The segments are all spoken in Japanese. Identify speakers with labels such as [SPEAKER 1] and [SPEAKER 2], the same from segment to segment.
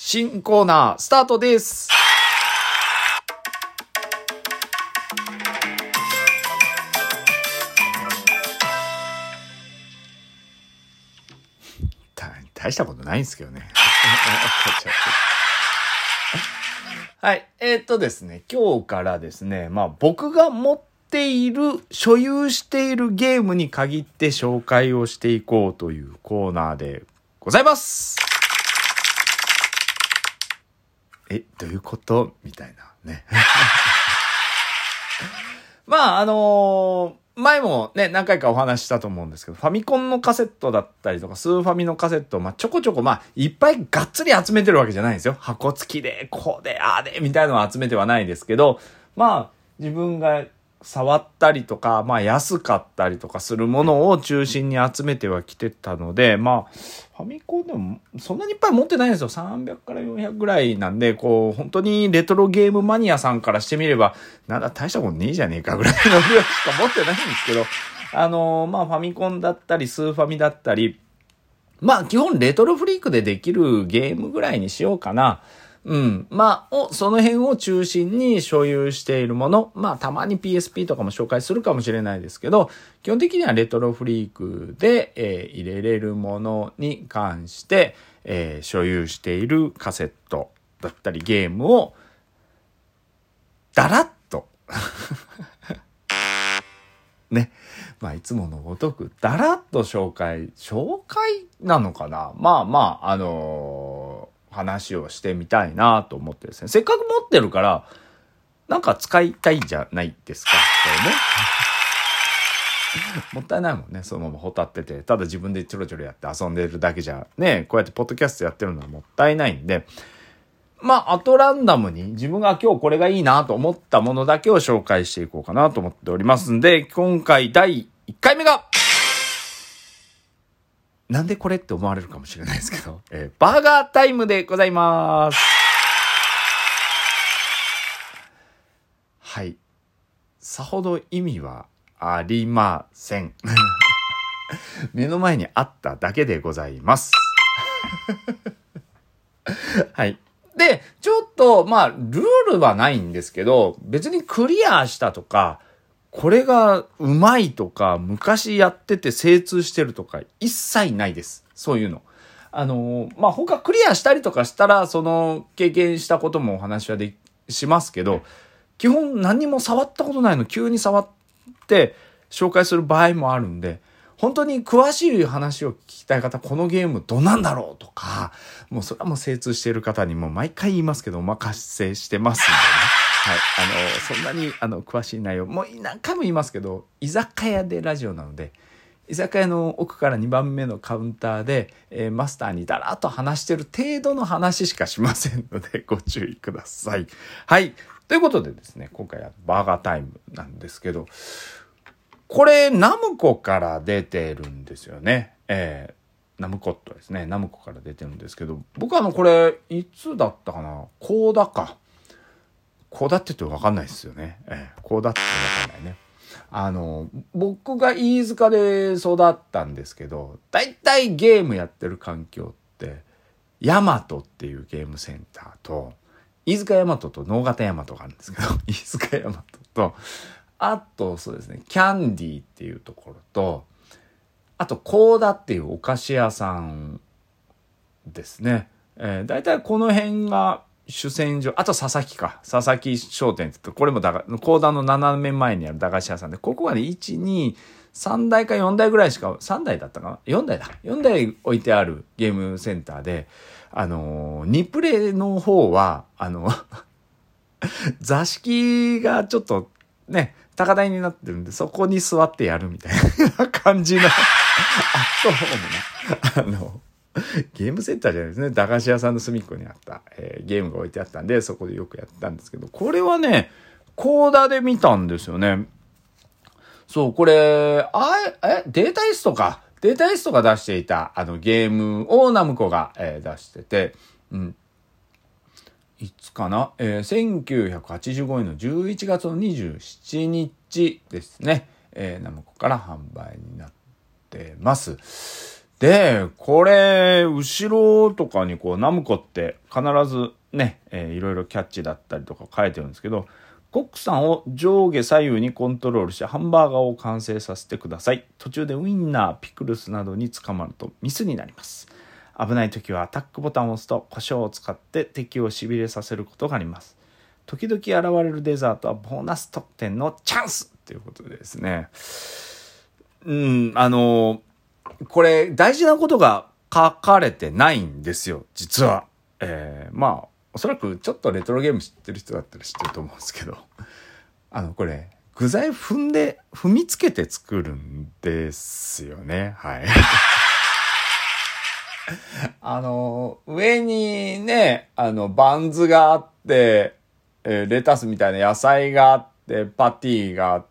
[SPEAKER 1] 新コーナースタートです。大したことないんですけどね。はい。ですね、今日からですね、僕が持っている、所有しているゲームに限って紹介をしていこうというコーナーでございます。どういうことみたいなね。前もね、何回かお話ししたと思うんですけど、ファミコンのカセットだったりとか、スーファミのカセット、ちょこちょこ、いっぱいがっつり集めてるわけじゃないんですよ。箱付きで、こうで、あれ、みたいなのを集めてはないですけど、自分が触ったりとか、安かったりとかするものを中心に集めてはきてたので、ファミコンでもそんなにいっぱい持ってないんですよ。300から400ぐらいなんで、本当にレトロゲームマニアさんからしてみれば、なんだ大したことねえじゃねえかぐらいのぐらいしか持ってないんですけど、ファミコンだったり、スーファミだったり、基本レトロフリークでできるゲームぐらいにしようかな。その辺を中心に所有しているもの。たまに PSP とかも紹介するかもしれないですけど、基本的にはレトロフリークで、入れれるものに関して、所有しているカセットだったりゲームを、だらっと、ね。いつものごとく、だらっと紹介なのかな話をしてみたいなと思ってですね。せっかく持ってるから、なんか使いたいじゃないですか。これね。もったいないもんね。そのままほたってて、ただ自分でちょろちょろやって遊んでるだけじゃ、ね、こうやってポッドキャストやってるのはもったいないんで、アトランダムに自分が今日これがいいなと思ったものだけを紹介していこうかなと思っておりますんで、今回第1回目が、なんでこれって思われるかもしれないですけど、バーガータイムでございます。はい。さほど意味はありません。目の前にあっただけでございます。はい。で、ちょっと、ルールはないんですけど、別にクリアしたとか、これがうまいとか、昔やってて精通してるとか、一切ないです。そういうの。他クリアしたりとかしたら、その経験したこともお話はしますけど、基本何も触ったことないの急に触って紹介する場合もあるんで、本当に詳しい話を聞きたい方、このゲームどうなんだろうとか、もうそれはもう精通している方にも毎回言いますけど、お任せしてますんでね。はい。そんなに、詳しい内容、もう何回も言いますけど、居酒屋でラジオなので、居酒屋の奥から2番目のカウンターで、マスターにだらっと話してる程度の話しかしませんので、ご注意ください。はい。ということでですね、今回はバーガータイムなんですけど、これ、ナムコから出てるんですよね。ナムコットですね。ナムコから出てるんですけど、僕はこれ、いつだったかな？コーダか。コーダって言って分かんないですよね。コーダって分かんないね。僕が飯塚で育ったんですけど、だいたいゲームやってる環境って、ヤマトっていうゲームセンターと、飯塚ヤマトと能形ヤマトがあるんですけど、飯塚ヤマトと、あとそうですね、キャンディーっていうところと、あとコーダっていうお菓子屋さんですね。だいたいこの辺が主戦場。あと佐々木商店って言って、これもコーダの斜め前にある駄菓子屋さんで、ここはね、1、2、3台か4台ぐらいしか、3台だったかな ?4 台だ。4台置いてあるゲームセンターで、2プレイの方は、座敷がちょっとね、高台になってるんで、そこに座ってやるみたいな感じの、アットホームな、ゲームセンターじゃないですね。駄菓子屋さんの隅っこにあった、ゲームが置いてあったんで、そこでよくやったんですけど、これはね、コーダで見たんですよね。そう、これ、データイストか。データイストが出していた、ゲームをナムコが、出してて、いつかな、1985年の11月の27日ですね。ナムコから販売になってます。 で、これ、後ろとかにこう、ナムコって必ずね、いろいろキャッチだったりとか書いてるんですけど、コックさんを上下左右にコントロールしてハンバーガーを完成させてください。途中でウインナー、ピクルスなどに捕まるとミスになります。危ない時はアタックボタンを押すと胡椒を使って敵を痺れさせることがあります。時々現れるデザートはボーナス得点のチャンスということでですね。これ大事なことが書かれてないんですよ、実は。まあ、おそらくちょっとレトロゲーム知ってる人だったら知ってると思うんですけど、これ、具材踏みつけて作るんですよね。はい。上にね、バンズがあって、レタスみたいな野菜があって、パティがあって、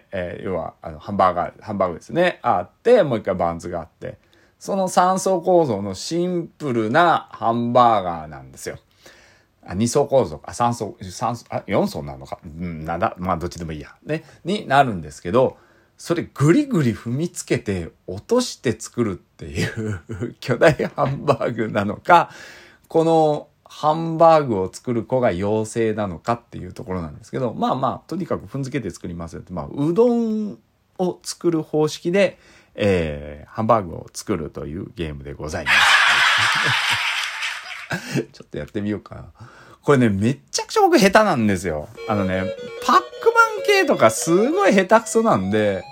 [SPEAKER 1] 要は、ハンバーグですね。あって、もう一回バンズがあって、その3層構造のシンプルなハンバーガーなんですよ。2層構造か、4層なのか。なんだ、まあどっちでもいいや。ね。になるんですけど、それぐりぐり踏みつけて落として作るっていう巨大ハンバーグなのか、このハンバーグを作る子が妖精なのかっていうところなんですけど、まあまあ、とにかく踏んづけて作りますよって、まあ、うどんを作る方式で、ハンバーグを作るというゲームでございます。ちょっとやってみようかな。これね、めっちゃくちゃ僕下手なんですよ。パックマン系とかすごい下手くそなんで、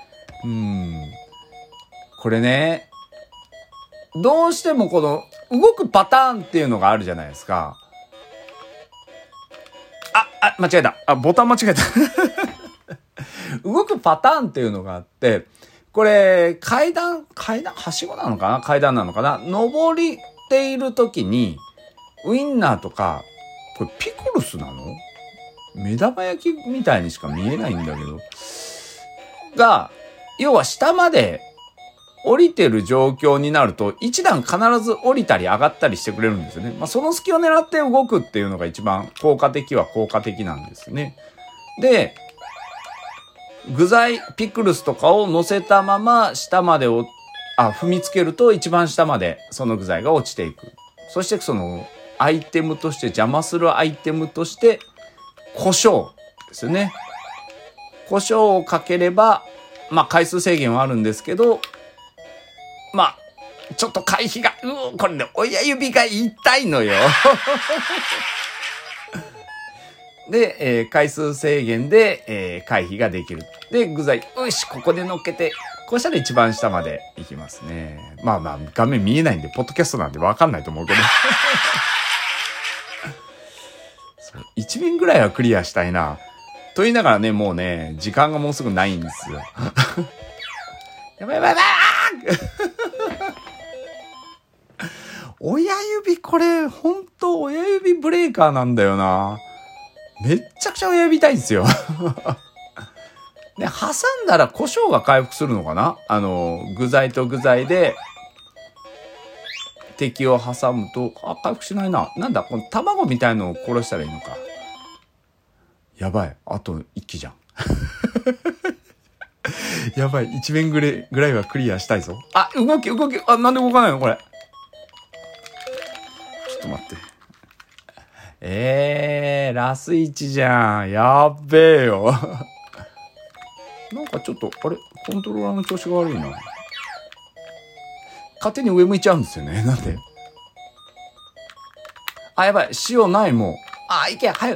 [SPEAKER 1] これね、どうしてもこの動くパターンっていうのがあるじゃないですか。間違えた。ボタン間違えた。動くパターンっていうのがあって、これ、階段、はしごなのかな階段なのかな登りている時に、ウインナーとか、これピクルスなの？目玉焼きみたいにしか見えないんだけど。が、要は下まで降りてる状況になると、一段必ず降りたり上がったりしてくれるんですよね。まあ、その隙を狙って動くっていうのが一番効果的なんですね。で、具材、ピクルスとかを乗せたまま下まで踏みつけると一番下までその具材が落ちていく。そしてそのアイテムとして、邪魔するアイテムとして、胡椒ですよね。胡椒をかければ、まあ回数制限はあるんですけど、まあ、ちょっと回避が、これね、親指が痛いのよ。で、回数制限で、回避ができる。で、具材、よし、ここで乗っけて、こうしたら一番下まで行きますね。まあまあ、画面見えないんで、ポッドキャストなんでわかんないと思うけど。1面ぐらいはクリアしたいな。と言いながらね、もうね、時間がもうすぐないんですよ。やばいやばいやばい親指これ、ほんと親指ブレーカーなんだよな。めっちゃくちゃ親指痛いんですよ。で、挟んだら胡椒が回復するのかな？具材と具材で敵を挟むと、回復しないな。なんだ、この卵みたいのを殺したらいいのか。やばい。あと1機じゃん。やばい。1面ぐらいはクリアしたいぞ。動き。なんで動かないのこれ。ちょっと待って。ラス1じゃん。やっべえよ。なんかちょっと、コントローラーの調子が悪いな。勝手に上向いちゃうんですよね。なんで？やばい。塩ないもん。いけ。早く。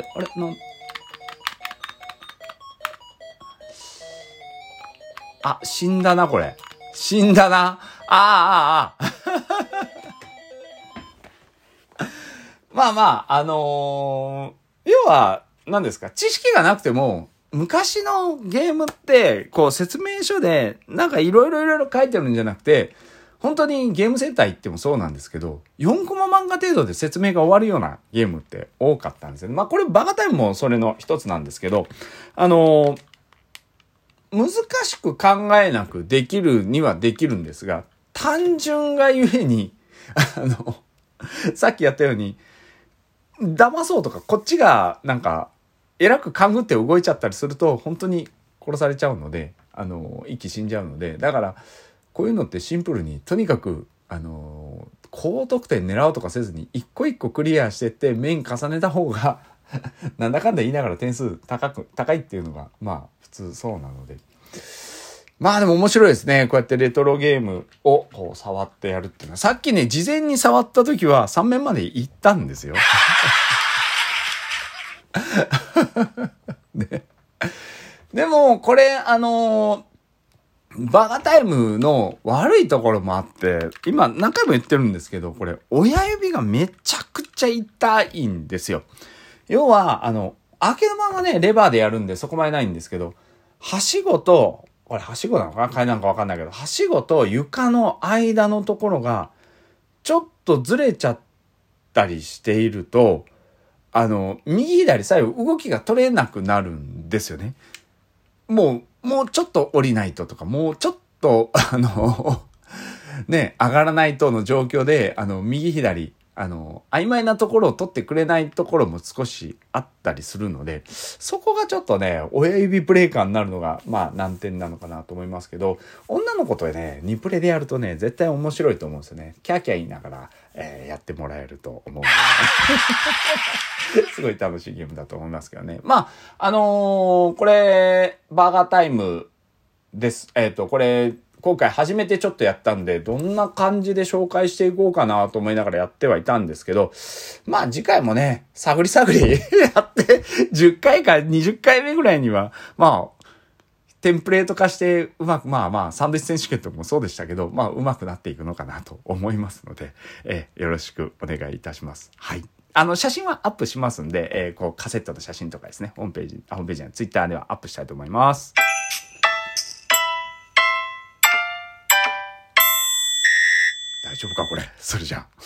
[SPEAKER 1] 死んだな、これ。死んだな。まあまあ、要は、何ですか、知識がなくても、昔のゲームって、こう説明書で、なんかいろいろ書いてるんじゃなくて、本当にゲームセンター行ってもそうなんですけど、4コマ漫画程度で説明が終わるようなゲームって多かったんですよね。まあこれバカタイムもそれの一つなんですけど、難しく考えなくできるにはできるんですが、単純がゆえに、さっきやったように、騙そうとか、こっちがなんか、えらく勘ぐって動いちゃったりすると、本当に殺されちゃうので、息死んじゃうので、だから、 こういうのってシンプルに、とにかく、高得点狙うとかせずに、一個一個クリアしてって面重ねた方が、なんだかんだ言いながら点数高いっていうのが、まあ、普通そうなので。まあでも面白いですね。こうやってレトロゲームをこう触ってやるっていうのは。さっきね、事前に触った時は3面まで行ったんですよ。ね、でも、これ、バカタイムの悪いところもあって、今何回も言ってるんですけど、これ、親指がめちゃくちゃ痛いんですよ。要は、開け玉はね、レバーでやるんでそこまでないんですけど、はしごと、これはしごなのかな階段かわかんないけど、はしごと床の間のところが、ちょっとずれちゃったりしていると、右左左右動きが取れなくなるんですよね。もうちょっと降りないととか、もうちょっと、ね、上がらないとの状況で、右左、曖昧なところを取ってくれないところも少しあったりするので、そこがちょっとね、親指ブレーカーになるのが、まあ難点なのかなと思いますけど、女の子とね、2プレでやるとね、絶対面白いと思うんですよね。キャーキャー言いながら、やってもらえると思うので、すごい楽しいゲームだと思いますけどね。まあ、これ、バーガータイムです。これ、今回初めてちょっとやったんで、どんな感じで紹介していこうかなと思いながらやってはいたんですけど、まあ次回もね、探りやって、10回か20回目ぐらいには、まあ、テンプレート化してうまく、まあサンドイッチ選手権とかもそうでしたけど、まあうまくなっていくのかなと思いますので、よろしくお願いいたします。はい。写真はアップしますんで、こうカセットの写真とかですね、ホームページやツイッターではアップしたいと思います。大丈夫かこれ。それじゃあ。